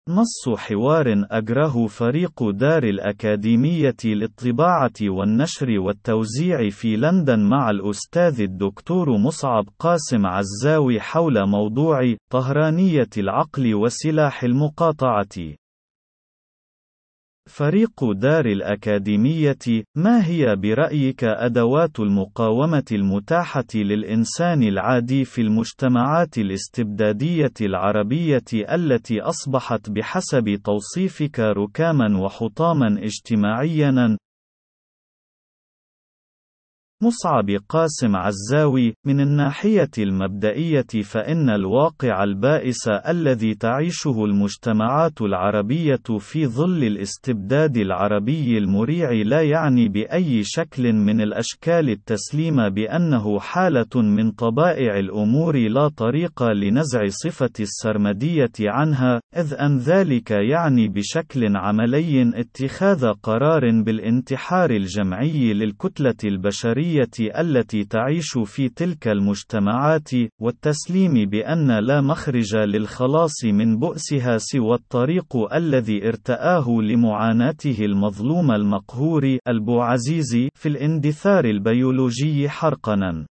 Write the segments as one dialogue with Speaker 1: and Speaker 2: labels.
Speaker 1: نص حوار أجراه فريق دار الأكاديمية للطباعة والنشر والتوزيع في لندن مع الأستاذ الدكتور مصعب قاسم عزاوي حول موضوع طهرانية العقل وسلاح المقاطعة. فريق دار الأكاديمية: ما هي برأيك أدوات المقاومة المتاحة للإنسان العادي في المجتمعات الاستبدادية العربية التي أصبحت بحسب توصيفك ركامًا وحطامًا اجتماعيًا؟ مصعب قاسم عزاوي: من الناحية المبدئية فإن الواقع البائس الذي تعيشه المجتمعات العربية في ظل الاستبداد العربي المريع لا يعني بأي شكل من الأشكال التسليم بأنه حالة من طبائع الأمور لا طريق لنزع صفة السرمدية عنها، إذ أن ذلك يعني بشكل عملي اتخاذ قرار بالانتحار الجمعي للكتلة البشرية التي تعيش في تلك المجتمعات، والتسليم بأن لا مخرج للخلاص من بؤسها سوى الطريق الذي ارتآه لمعاناته المظلوم المقهور البوعزيز في الاندثار البيولوجي حرقنا.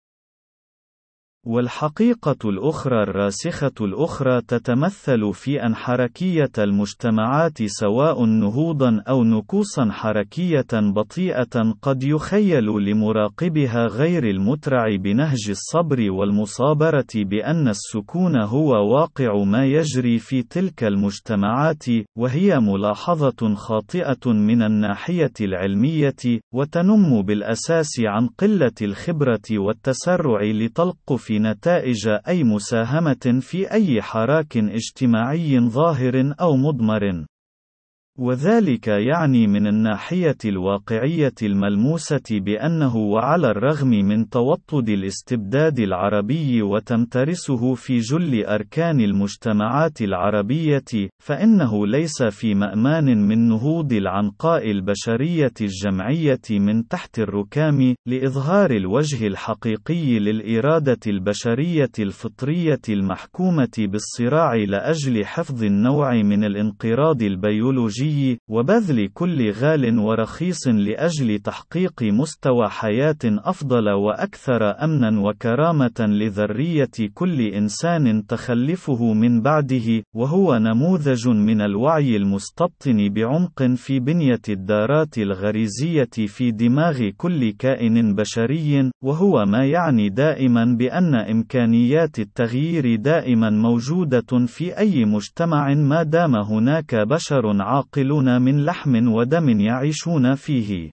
Speaker 1: والحقيقة الأخرى الراسخة الأخرى تتمثل في أن حركية المجتمعات سواء نهوضا أو نكوصا حركية بطيئة قد يخيل لمراقبها غير المترع بنهج الصبر والمصابرة بأن السكون هو واقع ما يجري في تلك المجتمعات، وهي ملاحظة خاطئة من الناحية العلمية، وتنم بالأساس عن قلة الخبرة والتسرع لتلقف نتائج أي مساهمة في أي حراك اجتماعي ظاهر أو مضمر. وذلك يعني من الناحية الواقعية الملموسة بأنه وعلى الرغم من توطد الاستبداد العربي وتمترسه في جل أركان المجتمعات العربية، فإنه ليس في مأمان من نهوض العنقاء البشرية الجمعية من تحت الركام، لإظهار الوجه الحقيقي للإرادة البشرية الفطرية المحكومة بالصراع لأجل حفظ النوع من الانقراض البيولوجي، وبذل كل غال ورخيص لأجل تحقيق مستوى حياة أفضل وأكثر أمنا وكرامة لذرية كل إنسان تخلفه من بعده، وهو نموذج من الوعي المستبطن بعمق في بنية الدارات الغريزية في دماغ كل كائن بشري، وهو ما يعني دائما بأن إمكانيات التغيير دائما موجودة في أي مجتمع ما دام هناك بشر عاقلون من لحم ودم يعيشون فيه.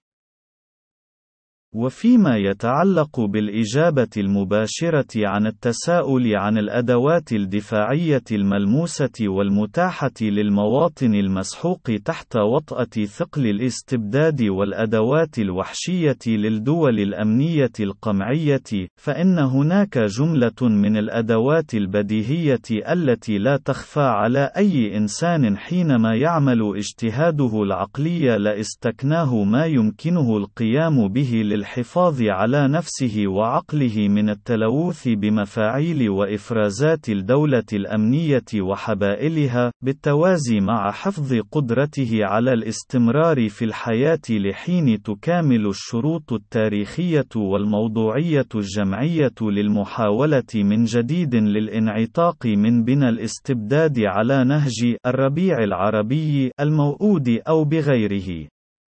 Speaker 1: وفيما يتعلق بالإجابة المباشرة عن التساؤل عن الأدوات الدفاعية الملموسة والمتاحة للمواطن المسحوق تحت وطأة ثقل الاستبداد والأدوات الوحشية للدول الأمنية القمعية، فإن هناك جملة من الأدوات البديهية التي لا تخفى على أي إنسان حينما يعمل اجتهاده العقلي لاستكناه ما يمكنه القيام به للحفاظ على نفسه وعقله من التلوث بمفاعيل وإفرازات الدولة الأمنية وحبائلها، بالتوازي مع حفظ قدرته على الاستمرار في الحياة لحين تكامل الشروط التاريخية والموضوعية الجمعية للمحاولة من جديد للانعتاق من بنى الاستبداد على نهج الربيع العربي الموؤود أو بغيره.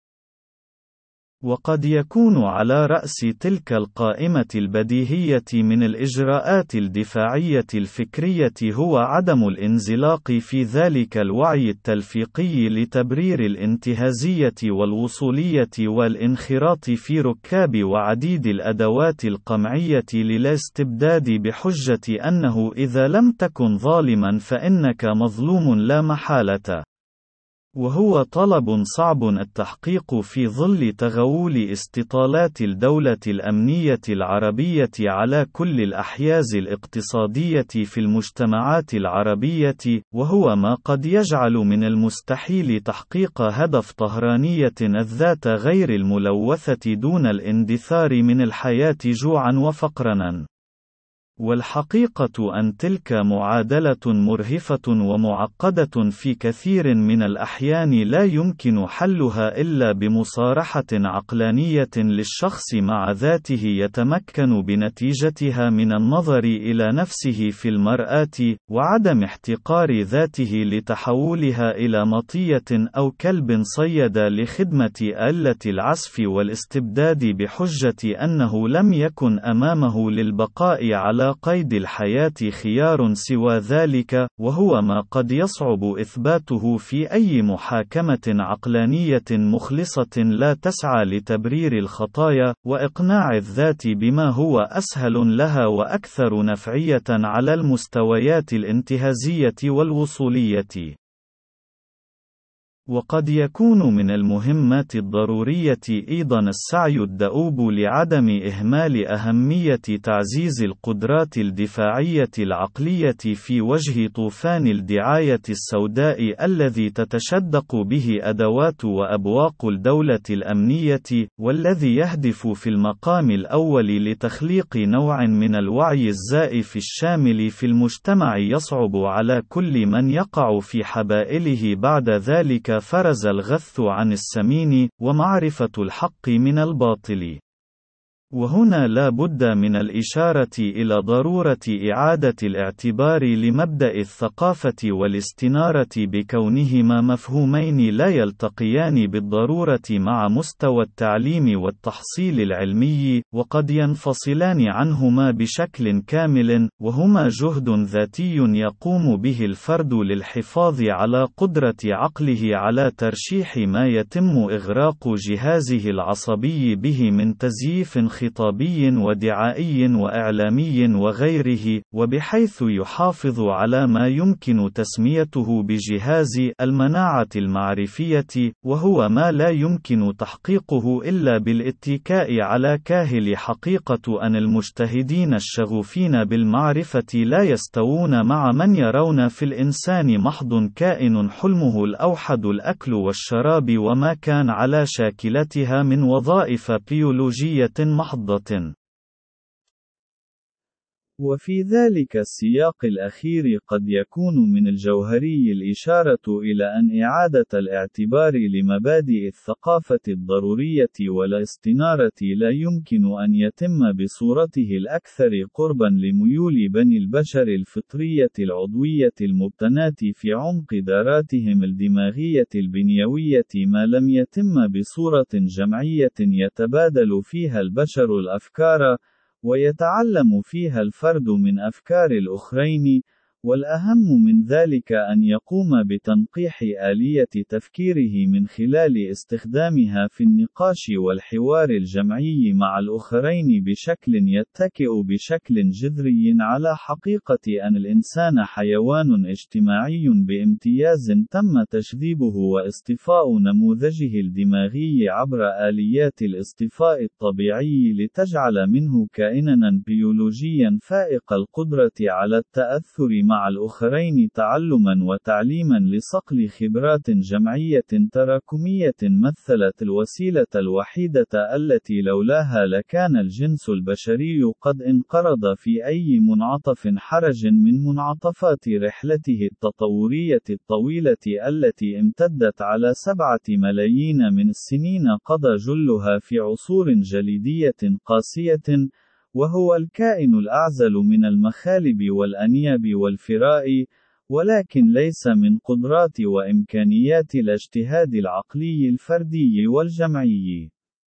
Speaker 1: وقد يكون على رأس تلك القائمة البديهية من الإجراءات الدفاعية الفكرية هو عدم الانزلاق في ذلك الوعي التلفيقي لتبرير الانتهازية والوصولية والانخراط في ركاب وعديد الأدوات القمعية للاستبداد بحجة أنه إذا لم تكن ظالما فإنك مظلوم لا محالة. وهو طلب صعب التحقيق في ظل تغول استطالات الدولة الأمنية العربية على كل الأحياز الاقتصادية في المجتمعات العربية، وهو ما قد يجعل من المستحيل تحقيق هدف طهرانية الذات غير الملوثة دون الاندثار من الحياة جوعا وفقرا. والحقيقة أن تلك معادلة مرهفة ومعقدة في كثير من الأحيان لا يمكن حلها إلا بمصارحة عقلانية للشخص مع ذاته يتمكن بنتيجتها من النظر إلى نفسه في المرآة، وعدم احتقار ذاته لتحولها إلى مطية أو كلب صيد لخدمة آلة العزف والاستبداد بحجة أنه لم يكن أمامه للبقاء على قيد الحياة خيار سوى ذلك، وهو ما قد يصعب إثباته في أي محاكمة عقلانية مخلصة لا تسعى لتبرير الخطايا، وإقناع الذات بما هو أسهل لها وأكثر نفعية على المستويات الانتهازية والوصولية. وقد يكون من المهمات الضرورية أيضا السعي الدؤوب لعدم إهمال أهمية تعزيز القدرات الدفاعية العقلية في وجه طوفان الدعاية السوداء الذي تتشدق به أدوات وأبواق الدولة الأمنية، والذي يهدف في المقام الأول لتخليق نوع من الوعي الزائف الشامل في المجتمع يصعب على كل من يقع في حبائله بعد ذلك فرز الغث عن السمين، ومعرفة الحق من الباطل. وهنا لا بد من الإشارة إلى ضرورة إعادة الاعتبار لمبدأ الثقافة والاستنارة بكونهما مفهومين لا يلتقيان بالضرورة مع مستوى التعليم والتحصيل العلمي، وقد ينفصلان عنهما بشكل كامل، وهما جهد ذاتي يقوم به الفرد للحفاظ على قدرة عقله على ترشيح ما يتم إغراق جهازه العصبي به من تزييف خطابي ودعائي وإعلامي وغيره، وبحيث يحافظ على ما يمكن تسميته بجهاز المناعة المعرفية، وهو ما لا يمكن تحقيقه إلا بالاتكاء على كاهل حقيقة أن المجتهدين الشغوفين بالمعرفة لا يستوون مع من يرون في الإنسان محض كائن حلمه الأوحد الأكل والشراب وما كان على شاكلتها من وظائف بيولوجية محضة. وفي ذلك السياق الأخير قد يكون من الجوهري الإشارة إلى أن إعادة الاعتبار لمبادئ الثقافة الضرورية والاستنارة لا يمكن أن يتم بصورته الأكثر قربا لميول بني البشر الفطرية العضوية المبتناة في عمق ذراتهم الدماغية البنيوية ما لم يتم بصورة جمعية يتبادل فيها البشر الأفكار ويتعلم فيها الفرد من أفكار الآخرين، والأهم من ذلك أن يقوم بتنقيح آلية تفكيره من خلال استخدامها في النقاش والحوار الجمعي مع الآخرين بشكل يتكئ بشكل جذري على حقيقة أن الإنسان حيوان اجتماعي بامتياز تم تشذيبه واصطفاء نموذجه الدماغي عبر آليات الاصطفاء الطبيعي لتجعل منه كائنا بيولوجيا فائق القدرة على التأثر مع الآخرين تعلما وتعليما لصقل خبرات جمعية تراكمية مثلت الوسيلة الوحيدة التي لولاها لكان الجنس البشري قد انقرض في أي منعطف حرج من منعطفات رحلته التطورية الطويلة التي امتدت على 7 ملايين من السنين قضى جلها في عصور جليدية قاسية، وهو الكائن الأعزل من المخالب والأنياب والفراء، ولكن ليس من قدرات وإمكانيات الاجتهاد العقلي الفردي والجمعي.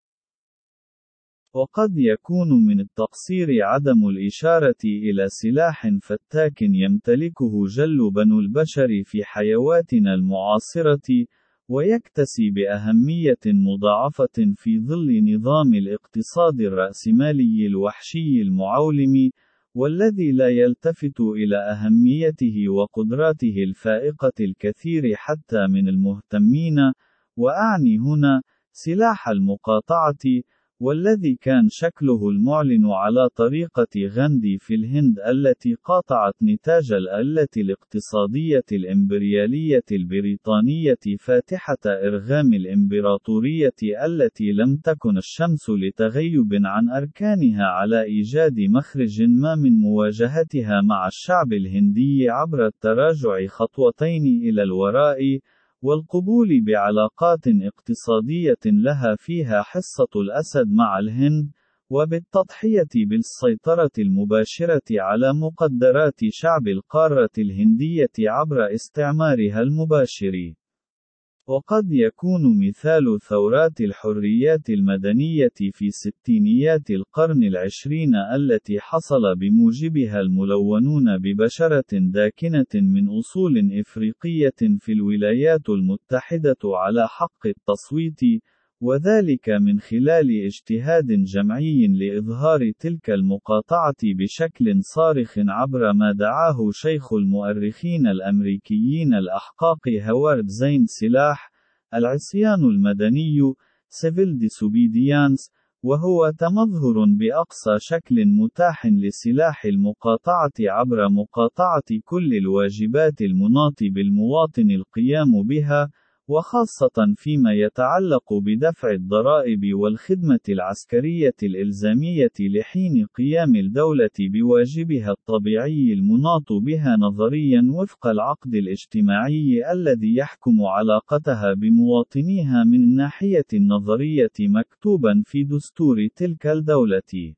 Speaker 1: وقد يكون من التقصير عدم الإشارة إلى سلاح فتاك يمتلكه جل بنو البشر في حيواتنا المعاصرة، ويكتسي بأهمية مضاعفة في ظل نظام الاقتصاد الرأسمالي الوحشي المعولم، والذي لا يلتفت إلى أهميته وقدراته الفائقة الكثير حتى من المهتمين، وأعني هنا سلاح المقاطعة، والذي كان شكله المعلن على طريقة غاندي في الهند التي قاطعت نتاج الآلة الاقتصادية الإمبريالية البريطانية فاتحة إرغام الإمبراطورية التي لم تكن الشمس لتغيب عن أركانها على إيجاد مخرج ما من مواجهتها مع الشعب الهندي عبر التراجع خطوتين إلى الوراء، والقبول بعلاقات اقتصادية لها فيها حصة الأسد مع الهند، وبالتضحية بالسيطرة المباشرة على مقدرات شعب القارة الهندية عبر استعمارها المباشر. وقد يكون مثال ثورات الحريات المدنية في ستينيات القرن العشرين التي حصل بموجبها الملونون ببشرة داكنة من أصول إفريقية في الولايات المتحدة على حق التصويت، وذلك من خلال اجتهاد جمعي لإظهار تلك المقاطعة بشكل صارخ عبر ما دعاه شيخ المؤرخين الأمريكيين الأحقاق هوارد زين سلاح العصيان المدني Civil Disobedience، وهو تمظهر بأقصى شكل متاح لسلاح المقاطعة عبر مقاطعة كل الواجبات المناط بالمواطن القيام بها، وخاصة فيما يتعلق بدفع الضرائب والخدمة العسكرية الإلزامية لحين قيام الدولة بواجبها الطبيعي المناط بها نظريا وفق العقد الاجتماعي الذي يحكم علاقتها بمواطنيها من الناحية النظرية مكتوبا في دستور تلك الدولة.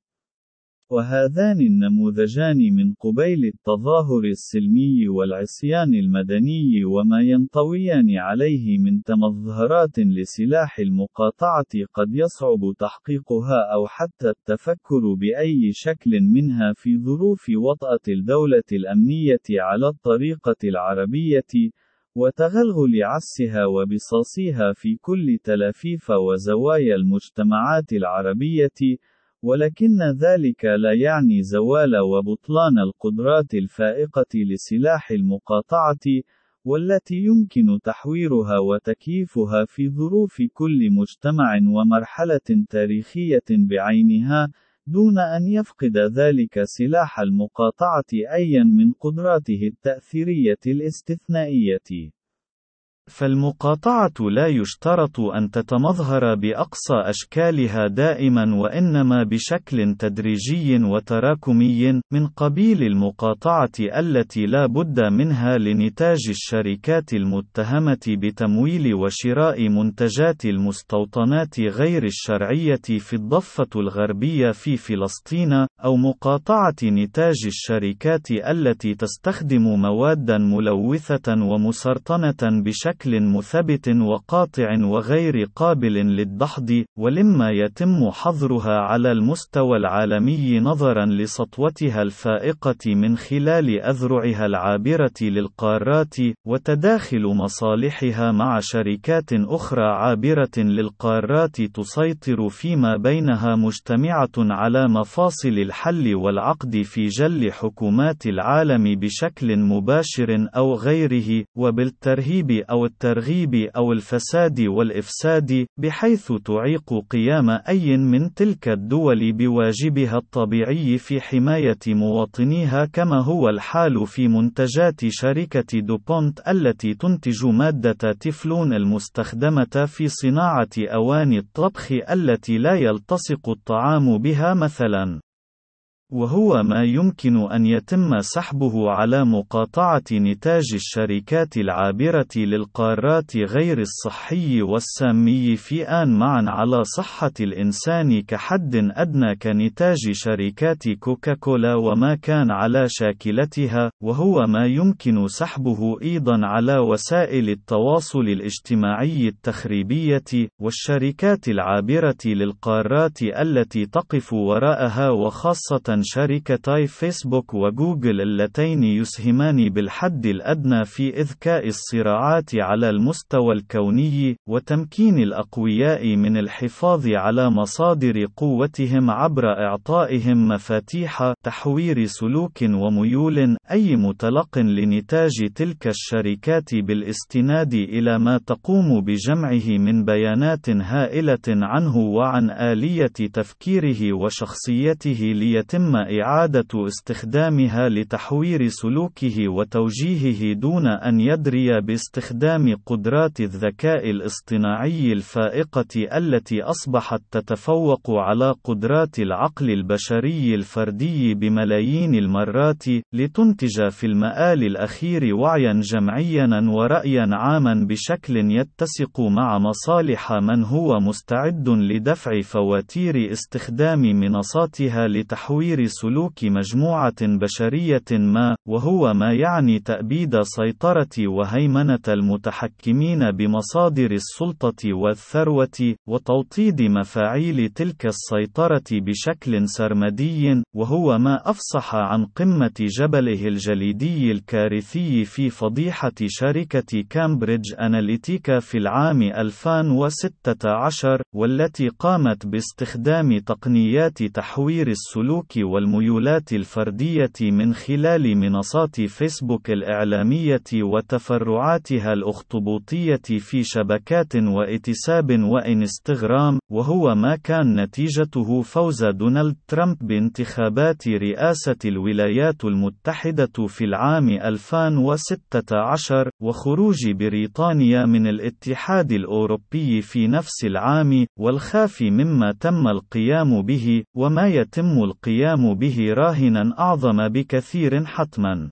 Speaker 1: وهذان النموذجان من قبيل التظاهر السلمي والعصيان المدني وما ينطويان عليه من تمظهرات لسلاح المقاطعة قد يصعب تحقيقها أو حتى التفكر بأي شكل منها في ظروف وطأة الدولة الأمنية على الطريقة العربية، وتغلغل عسها وبصاصها في كل تلافيف وزوايا المجتمعات العربية، ولكن ذلك لا يعني زوال وبطلان القدرات الفائقة لسلاح المقاطعة، والتي يمكن تحويرها وتكييفها في ظروف كل مجتمع ومرحلة تاريخية بعينها، دون أن يفقد ذلك سلاح المقاطعة أيا من قدراته التأثيرية الاستثنائية.
Speaker 2: فالمقاطعة لا يشترط أن تتمظهر بأقصى أشكالها دائما، وإنما بشكل تدريجي وتراكمي، من قبيل المقاطعة التي لا بد منها لنتاج الشركات المتهمة بتمويل وشراء منتجات المستوطنات غير الشرعية في الضفة الغربية في فلسطين، أو مقاطعة نتاج الشركات التي تستخدم موادا ملوثة ومسرطنة بشكل مثبت وقاطع وغير قابل للدحض، ولما يتم حظرها على المستوى العالمي نظرا لسطوتها الفائقة من خلال أذرعها العابرة للقارات، وتداخل مصالحها مع شركات أخرى عابرة للقارات تسيطر فيما بينها مجتمعة على مفاصل الحل والعقد في جل حكومات العالم بشكل مباشر أو غيره، وبالترهيب أو الترغيب أو الفساد والإفساد، بحيث تعيق قيام أي من تلك الدول بواجبها الطبيعي في حماية مواطنيها، كما هو الحال في منتجات شركة دوبونت التي تنتج مادة تيفلون المستخدمة في صناعة أواني الطبخ التي لا يلتصق الطعام بها مثلا، وهو ما يمكن أن يتم سحبه على مقاطعة نتاج الشركات العابرة للقارات غير الصحي والسامي في آن معا على صحة الإنسان كحد أدنى كنتاج شركات كوكاكولا وما كان على شاكلتها، وهو ما يمكن سحبه أيضا على وسائل التواصل الاجتماعي التخريبية، والشركات العابرة للقارات التي تقف وراءها، وخاصة شركتاي فيسبوك وجوجل اللتين يسهمان بالحد الأدنى في إذكاء الصراعات على المستوى الكوني، وتمكين الأقوياء من الحفاظ على مصادر قوتهم عبر إعطائهم مفاتيح تحوير سلوك وميول أي متلق لنتاج تلك الشركات بالاستناد إلى ما تقوم بجمعه من بيانات هائلة عنه وعن آلية تفكيره وشخصيته ليتم إعادة استخدامها لتحوير سلوكه وتوجيهه دون أن يدري باستخدام قدرات الذكاء الاصطناعي الفائقة التي أصبحت تتفوق على قدرات العقل البشري الفردي بملايين المرات، لتنتج في المآل الأخير وعيا جمعيا ورأيا عاما بشكل يتسق مع مصالح من هو مستعد لدفع فواتير استخدام منصاتها لتحوير سلوك مجموعة بشرية ما، وهو ما يعني تأبيد سيطرة وهيمنة المتحكمين بمصادر السلطة والثروة، وتوطيد مفاعيل تلك السيطرة بشكل سرمدي، وهو ما أفصح عن قمة جبله الجليدي الكارثي في فضيحة شركة كامبريدج أناليتيكا في العام 2016، والتي قامت باستخدام تقنيات تحوير السلوك والميولات الفردية من خلال منصات فيسبوك الإعلامية وتفرعاتها الأخطبوطية في شبكات واتساب وإنستغرام، وهو ما كان نتيجته فوز دونالد ترامب بانتخابات رئاسة الولايات المتحدة في العام 2016، وخروج بريطانيا من الاتحاد الأوروبي في نفس العام، والخاف مما تم القيام به، وما يتم القيام به راهنا أعظم بكثير حتما.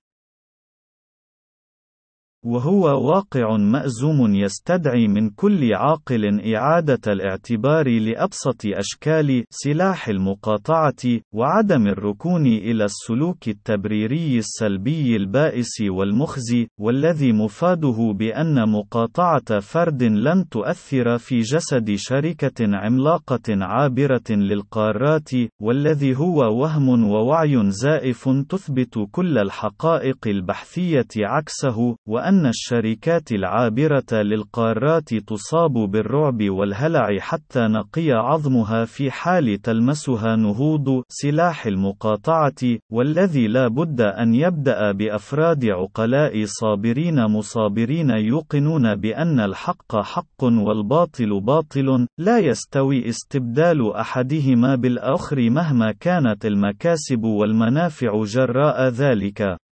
Speaker 2: وهو واقع مأزوم يستدعي من كل عاقل إعادة الاعتبار لأبسط أشكال سلاح المقاطعة، وعدم الركون إلى السلوك التبريري السلبي البائس والمخزي، والذي مفاده بأن مقاطعة فرد لن تؤثر في جسد شركة عملاقة عابرة للقارات، والذي هو وهم ووعي زائف تثبت كل الحقائق البحثية عكسه، وأن الشركات العابرة للقارات تصاب بالرعب والهلع حتى نقي عظمها في حال تلمسها نهوض سلاح المقاطعة، والذي لا بد أن يبدأ بأفراد عقلاء صابرين مصابرين يوقنون بأن الحق حق والباطل باطل، لا يستوي استبدال أحدهما بالآخر مهما كانت المكاسب والمنافع جراء ذلك.